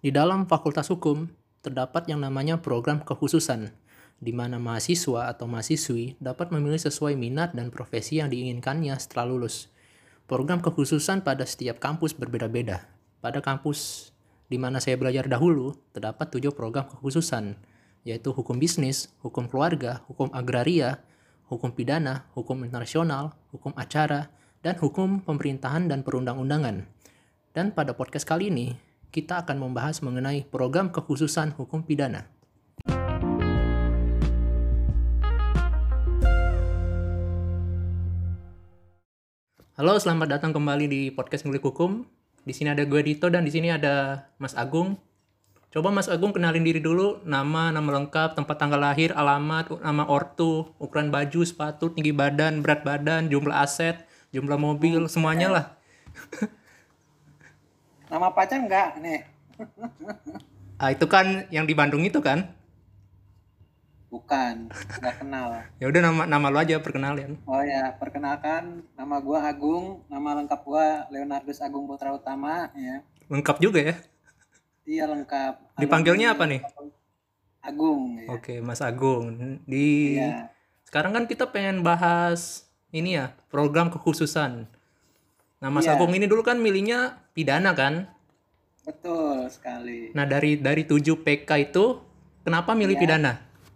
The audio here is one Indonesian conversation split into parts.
Di dalam Fakultas Hukum, terdapat yang namanya program kekhususan, di mana mahasiswa atau mahasiswi dapat memilih sesuai minat dan profesi yang diinginkannya setelah lulus. Program kekhususan pada setiap kampus berbeda-beda. Pada kampus di mana saya belajar dahulu, terdapat 7 program kekhususan, yaitu hukum bisnis, hukum keluarga, hukum agraria, hukum pidana, hukum internasional, hukum acara, dan hukum pemerintahan dan perundang-undangan. Dan pada podcast kali ini, kita akan membahas mengenai program kekhususan hukum pidana. Halo, selamat datang kembali di podcast Ngulik Hukum. Di sini ada gue Dito dan di sini ada Mas Agung. Coba Mas Agung kenalin diri dulu, nama lengkap, tempat tanggal lahir, alamat, nama ortu, ukuran baju, sepatu, tinggi badan, berat badan, jumlah aset, jumlah mobil, semuanya lah. Nama pacar enggak nih? Itu kan yang di Bandung itu kan? Bukan, enggak kenal. Ya udah nama lu aja perkenalin. Oh ya, perkenalkan nama gua Agung, nama lengkap gua Leonardus Agung Putra Utama ya. Lengkap juga ya? Iya lengkap. Dipanggilnya apa nih? Agung ya. Oke, Mas Agung. Iya. Sekarang kan kita pengen bahas ini ya, program kekhususan. Nah, Mas Iya. Agung ini dulu kan milihnya pidana kan? Betul sekali. Nah, dari 7 PK itu kenapa milih Iya. pidana?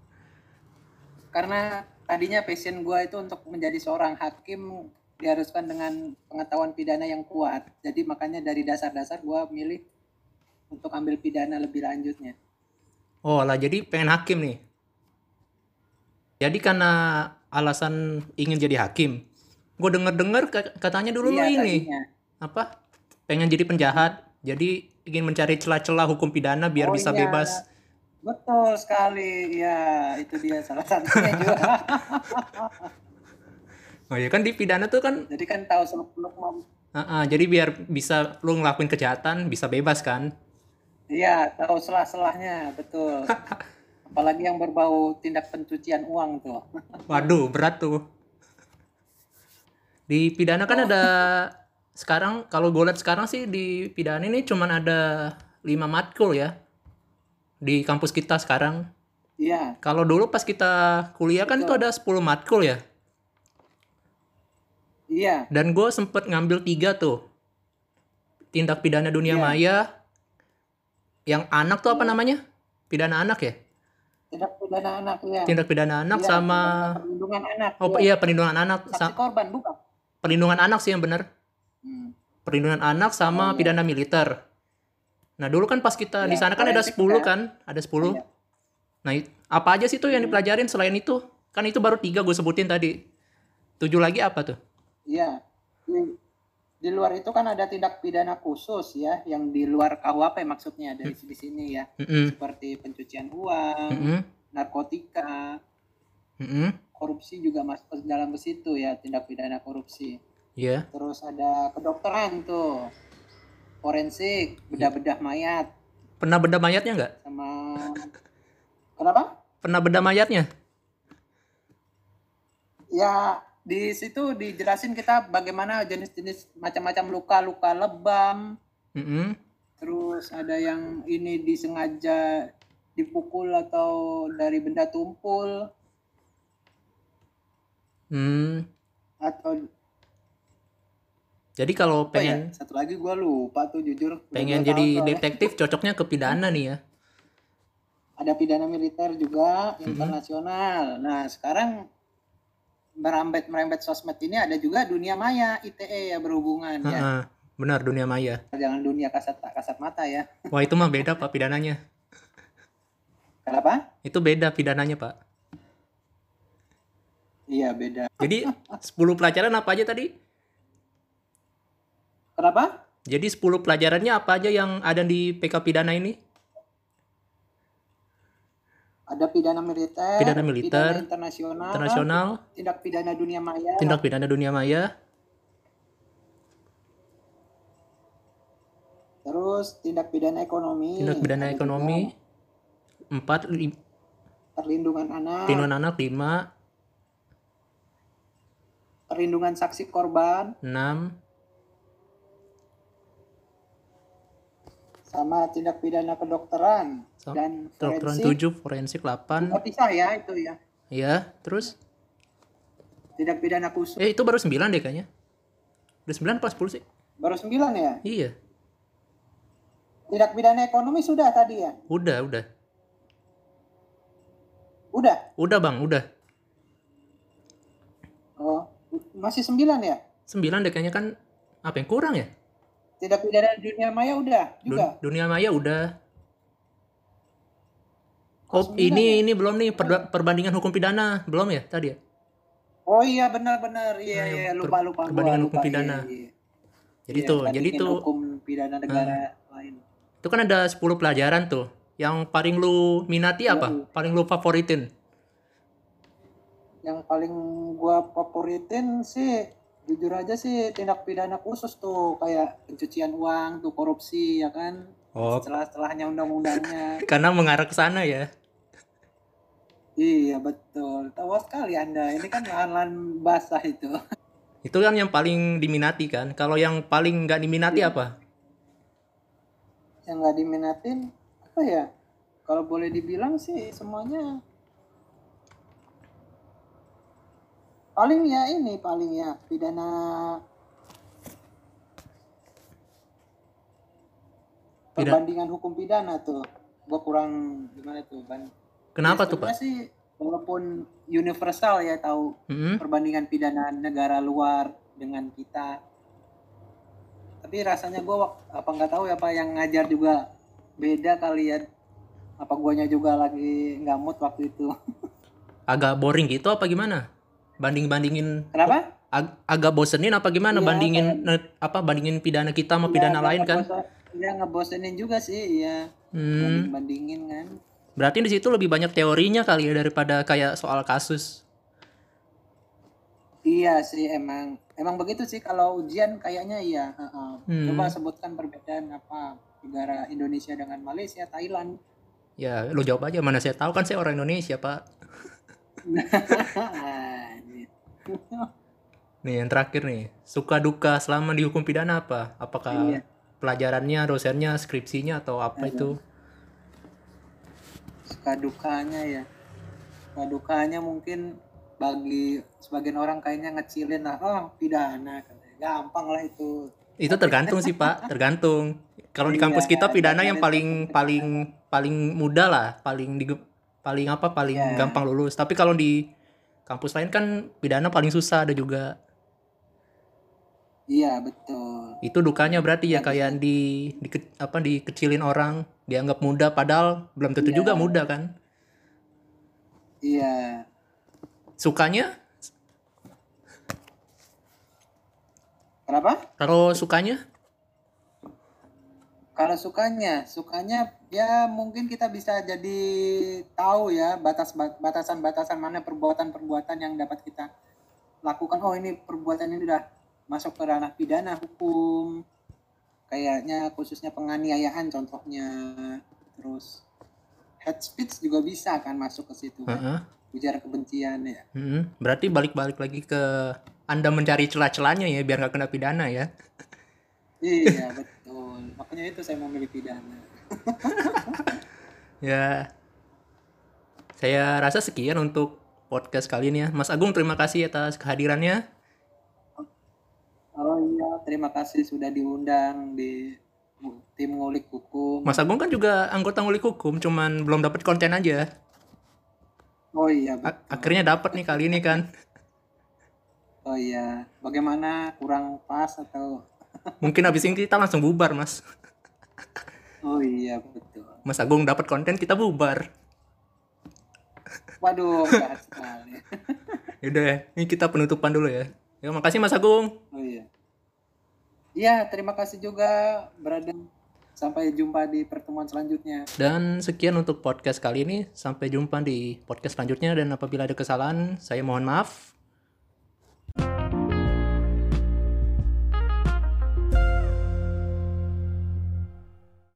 Karena tadinya passion gua itu untuk menjadi seorang hakim diharuskan dengan pengetahuan pidana yang kuat. Jadi makanya dari dasar-dasar gua milih untuk ambil pidana lebih lanjutnya. Oh lah, jadi pengen hakim nih. Jadi karena alasan ingin jadi hakim. Gue denger katanya dulu lu Iya, ini. tadinya. Apa? Pengen jadi penjahat. Jadi ingin mencari celah-celah hukum pidana biar Oh bisa iya. bebas. Betul sekali. Ya, itu dia salah satunya juga. Oh ya kan di pidana tuh kan. Jadi kan tahu seluk-beluk Jadi biar bisa lu ngelakuin kejahatan bisa bebas kan? Iya, tahu selah-selahnya, betul. Apalagi yang berbau tindak pencucian uang tuh. Waduh, berat tuh. Di pidana kan ada sekarang kalau gue lihat sekarang sih di pidana ini cuman ada 5 matkul ya. Di kampus kita sekarang. Iya. Kalau dulu pas kita kuliah kan itu ada 10 matkul ya. Iya. Dan gue sempet ngambil 3 tuh. Tindak pidana dunia maya. Yang anak tuh apa namanya? Pidana anak ya? Tindak pidana anak ya. Tindak pidana anak sama perlindungan anak. Oh iya, perlindungan anak. Saksi korban bukan? Perlindungan anak sih yang benar. Perlindungan anak sama pidana militer. Nah, dulu kan pas kita di sana kan ada 10 kan? Ada 10. Iya. Nah, apa aja sih tuh yang dipelajarin selain itu? Kan itu baru 3 gue sebutin tadi. 7 lagi apa tuh? Iya. Di luar itu kan ada tindak pidana khusus ya, yang di luar KUHP maksudnya dari di sini ya. Seperti pencucian uang, narkotika, korupsi juga masuk dalam ke situ ya, tindak pidana korupsi. Iya. Terus ada kedokteran tuh, forensik, bedah-bedah mayat. Pernah bedah mayatnya nggak? Sama kenapa? Pernah bedah mayatnya? Ya, di situ dijelasin kita bagaimana jenis-jenis macam-macam luka lebam. Terus ada yang ini disengaja dipukul atau dari benda tumpul. Atau jadi kalau pengen satu lagi gue lupa tuh jujur. Pengen jadi detektif cocoknya ke pidana nih ya. Ada pidana militer juga, internasional. Nah, sekarang merembet sosmed ini ada juga dunia maya, ITE ya berhubungan ya. Benar, dunia maya. Jangan dunia kasat mata ya. Wah, itu mah beda Pak pidananya. Kenapa? Itu beda pidananya Pak. Iya, beda. Jadi 10 pelajaran apa aja tadi? Kenapa? Jadi 10 pelajarannya apa aja yang ada di PK pidana ini? Ada pidana militer, pidana internasional, tindak pidana dunia maya, terus tindak pidana ekonomi, 4, perlindungan anak, 5, perlindungan saksi korban, 6, Sama tindak pidana kedokteran dan kedokteran forensik. 7, forensik 8. Terpisah ya itu ya. Iya, terus? Tindak pidana khusus. Itu baru 9 deh kayaknya. Udah 9 pas 10 sih? Baru 9 ya? Iya. Tindak pidana ekonomi sudah tadi ya? Udah. Udah Bang, udah. Oh, masih 9 ya? 9 deh kayaknya kan. Apa yang kurang ya? Tindak pidana dunia maya udah juga? Dunia maya udah. Oh, ini ya? Belum nih perbandingan hukum pidana. Belum ya tadi ya? Oh iya benar. Iya, lupa. Perbandingan hukum pidana. Iya. Jadi tuh hukum pidana negara lain. Itu kan ada 10 pelajaran tuh. Yang paling lu minati apa? Paling lu favoritin? Yang paling gua favoritin sih jujur aja sih tindak pidana khusus tuh, kayak pencucian uang tuh, korupsi ya kan. Setelah-setelahnya undang-undangnya. Karena mengarah ke sana ya. Iya betul. Tahu sekali Anda. Ini kan lahan basah itu. Itu kan yang paling diminati kan. Kalau yang paling nggak diminati apa? Yang nggak diminatin apa ya? Kalau boleh dibilang sih semuanya paling ya pidana perbandingan hukum pidana tuh. Gua kurang gimana tuh kan. Kenapa tuh Pak? Sih walaupun universal ya tahu perbandingan pidana negara luar dengan kita, tapi rasanya gue nggak tahu ya Pak, yang ngajar juga beda kali ya, apa guanya juga lagi nggak mood waktu itu. Agak boring gitu apa gimana? Bandingin. Kenapa? Agak bosenin apa gimana? Bandingin pidana kita sama pidana lain kan? Ya ngebosenin juga sih ya. Bandingin kan. Berarti di situ lebih banyak teorinya kali ya daripada kayak soal kasus. Iya sih emang begitu sih kalau ujian kayaknya iya. Coba sebutkan perbedaan apa negara Indonesia dengan Malaysia, Thailand. Ya lu jawab aja, mana saya tahu kan saya orang Indonesia Pak. Nih yang terakhir nih, suka duka selama di hukum pidana apa? Apakah pelajarannya, dosennya, skripsinya atau apa itu? Suka dukanya mungkin bagi sebagian orang kayaknya ngecilin lah, pidana gampang lah itu. Itu tergantung sih Pak, tergantung. Kalau di kampus kita pidana yang paling mudah lah, paling gampang lulus. Tapi kalau di kampus lain kan pidana paling susah ada juga. Iya betul. Itu dukanya berarti ya kayak dikecilin orang, dianggap mudah padahal belum tentu juga mudah kan? Iya. Sukanya? Kenapa? Kalau sukanya? Kalau sukanya ya mungkin kita bisa jadi tahu ya batasan mana perbuatan yang dapat kita lakukan. Oh ini perbuatan ini udah masuk ke ranah pidana hukum, kayaknya khususnya penganiayaan contohnya, terus hate speech juga bisa kan masuk ke situ kan, ujar kebencian ya. Berarti balik lagi ke Anda mencari celah-celahnya ya biar nggak kena pidana ya. Iya betul, makanya itu saya memilih pidana. Ya, saya rasa sekian untuk podcast kali ini ya. Mas Agung, terima kasih atas kehadirannya. Oh iya, terima kasih sudah diundang di tim ngulik hukum. Mas Agung kan juga anggota ngulik hukum, cuman belum dapat konten aja. Oh iya betul. Akhirnya dapat nih kali ini kan. Oh iya, bagaimana, kurang pas atau? Mungkin habis ini kita langsung bubar Mas. Oh iya betul. Mas Agung dapat konten, kita bubar. Waduh, jahat sekali. Yaudah, ini kita penutupan dulu ya. Ya, makasih Mas Agung. Oh iya. Iya, terima kasih juga, brother. Sampai jumpa di pertemuan selanjutnya. Dan sekian untuk podcast kali ini. Sampai jumpa di podcast selanjutnya. Dan apabila ada kesalahan, saya mohon maaf.